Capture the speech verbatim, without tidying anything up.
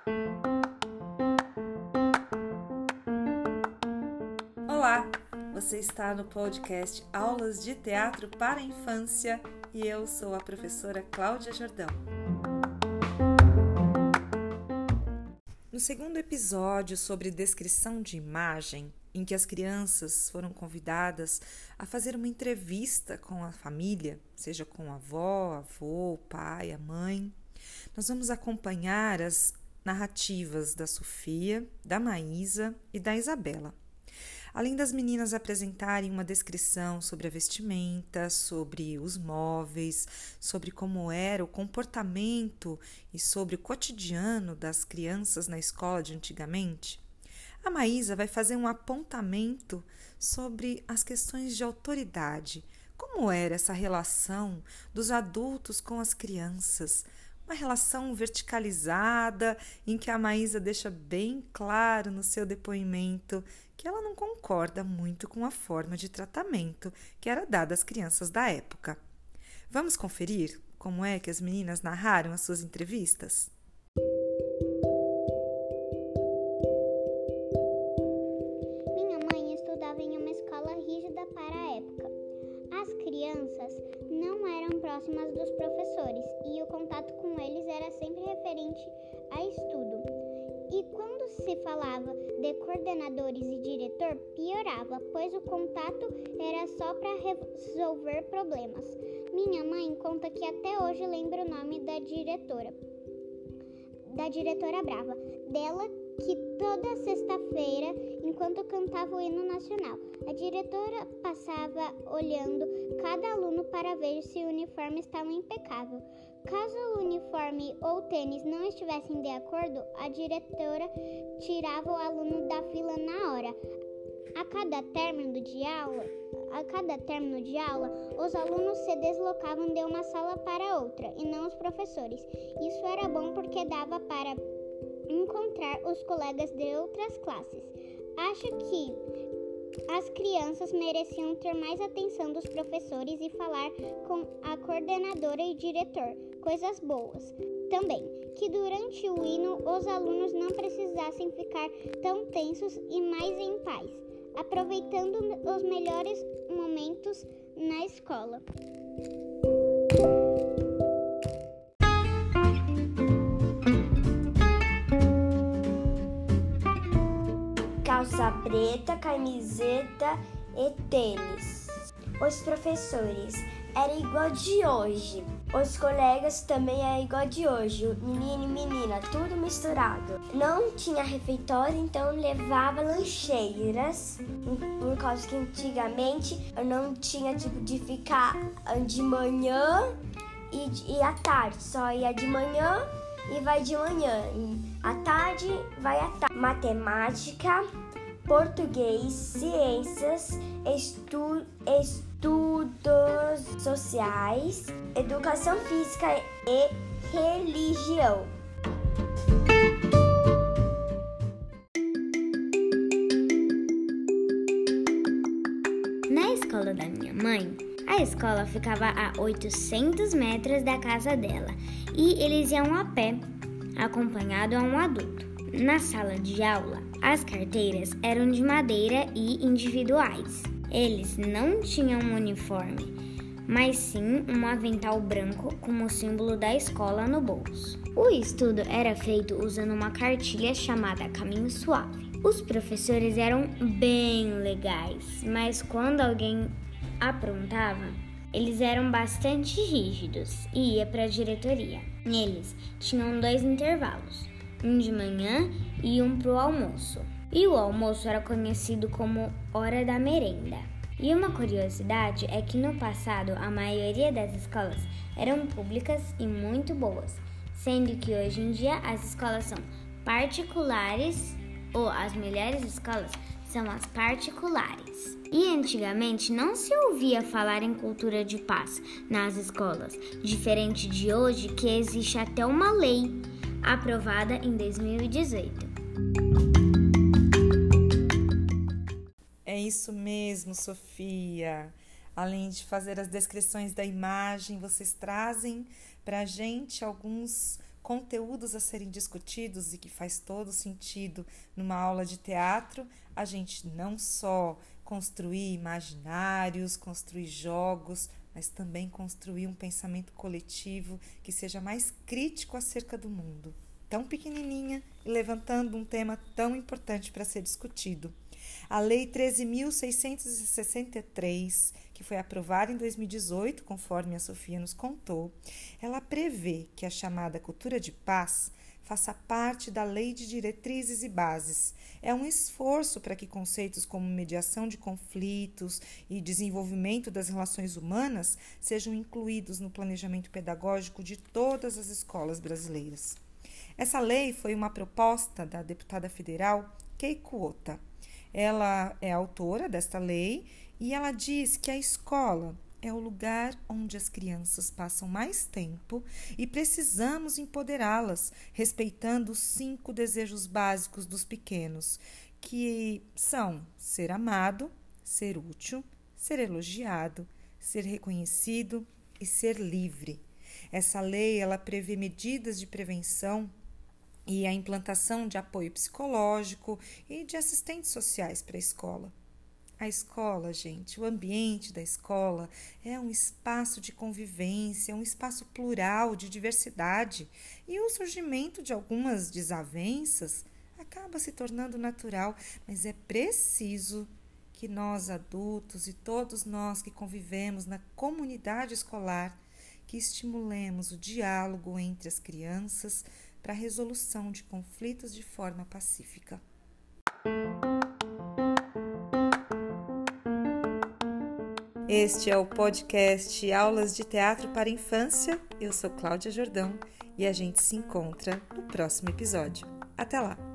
Olá, você está no podcast Aulas de Teatro para a Infância e eu sou a professora Cláudia Jordão. No segundo episódio sobre descrição de imagem, em que as crianças foram convidadas a fazer uma entrevista com a família, seja com a avó, avô, o pai, a mãe, nós vamos acompanhar as narrativas da Sofia, da Maísa e da Isabela. Além das meninas apresentarem uma descrição sobre a vestimenta, sobre os móveis, sobre como era o comportamento e sobre o cotidiano das crianças na escola de antigamente, a Maísa vai fazer um apontamento sobre as questões de autoridade, como era essa relação dos adultos com as crianças, uma relação verticalizada em que a Maísa deixa bem claro no seu depoimento que ela não concorda muito com a forma de tratamento que era dada às crianças da época. Vamos conferir como é que as meninas narraram as suas entrevistas? Minha mãe estudava em uma escola rígida para a época. As crianças não eram próximas dos professores e o contato com eles era sempre referente a estudo. E quando se falava de coordenadores e diretor, piorava, pois o contato era só para resolver problemas. Minha mãe conta que até hoje lembra o nome da diretora, da diretora brava, dela que toda sexta-feira, enquanto cantava o hino nacional, a diretora passava olhando cada aluno para ver se o uniforme estava impecável. Caso o uniforme ou tênis não estivessem de acordo, a diretora tirava o aluno da fila na hora. A cada término de aula, a cada término de aula, os alunos se deslocavam de uma sala para outra, e não os professores. Isso era bom porque dava para encontrar os colegas de outras classes. Acho que as crianças mereciam ter mais atenção dos professores e falar com a coordenadora e diretor, coisas boas. Também, que durante o hino os alunos não precisassem ficar tão tensos e mais em paz, aproveitando os melhores momentos na escola. Calça preta, camiseta e tênis. Os professores eram igual de hoje. Os colegas também eram igual de hoje. Menino e menina, tudo misturado. Não tinha refeitório, então levava lancheiras. Por causa que antigamente eu não tinha tipo de ficar de manhã e, e à tarde. Só ia de manhã e vai de manhã. E à tarde vai à tarde. Matemática, português, ciências, estu, estudos sociais, educação física e religião. Na escola da minha mãe, a escola ficava a oitocentos metros da casa dela e eles iam a pé, acompanhado a um adulto. Na sala de aula, as carteiras eram de madeira e individuais. Eles não tinham um uniforme, mas sim um avental branco com o símbolo da escola no bolso. O estudo era feito usando uma cartilha chamada Caminho Suave. Os professores eram bem legais, mas quando alguém aprontava, eles eram bastante rígidos e ia para a diretoria. Eles tinham dois intervalos, um de manhã e um para o almoço. E o almoço era conhecido como hora da merenda. E uma curiosidade é que no passado a maioria das escolas eram públicas e muito boas, sendo que hoje em dia as escolas são particulares, ou as melhores escolas são as particulares. E antigamente não se ouvia falar em cultura de paz nas escolas, diferente de hoje que existe até uma lei aprovada em dois mil e dezoito. É isso mesmo, Sofia. Além de fazer as descrições da imagem, vocês trazem para a gente alguns conteúdos a serem discutidos e que faz todo sentido numa aula de teatro, a gente não só construir imaginários, construir jogos, mas também construir um pensamento coletivo que seja mais crítico acerca do mundo. Tão pequenininha e levantando um tema tão importante para ser discutido. A Lei treze mil seiscentos e sessenta e três, que foi aprovada em dois mil e dezoito, conforme a Sofia nos contou, ela prevê que a chamada cultura de paz faça parte da Lei de Diretrizes e Bases. É um esforço para que conceitos como mediação de conflitos e desenvolvimento das relações humanas sejam incluídos no planejamento pedagógico de todas as escolas brasileiras. Essa lei foi uma proposta da deputada federal Keiko Ota. Ela é autora desta lei e ela diz que a escola é o lugar onde as crianças passam mais tempo e precisamos empoderá-las, respeitando os cinco desejos básicos dos pequenos, que são ser amado, ser útil, ser elogiado, ser reconhecido e ser livre. Essa lei ela prevê medidas de prevenção e a implantação de apoio psicológico e de assistentes sociais para a escola. A escola, gente, o ambiente da escola é um espaço de convivência, um espaço plural de diversidade, e o surgimento de algumas desavenças acaba se tornando natural, mas é preciso que nós adultos e todos nós que convivemos na comunidade escolar que estimulemos o diálogo entre as crianças para a resolução de conflitos de forma pacífica. Este é o podcast Aulas de Teatro para Infância. Eu sou Cláudia Jordão e a gente se encontra no próximo episódio. Até lá!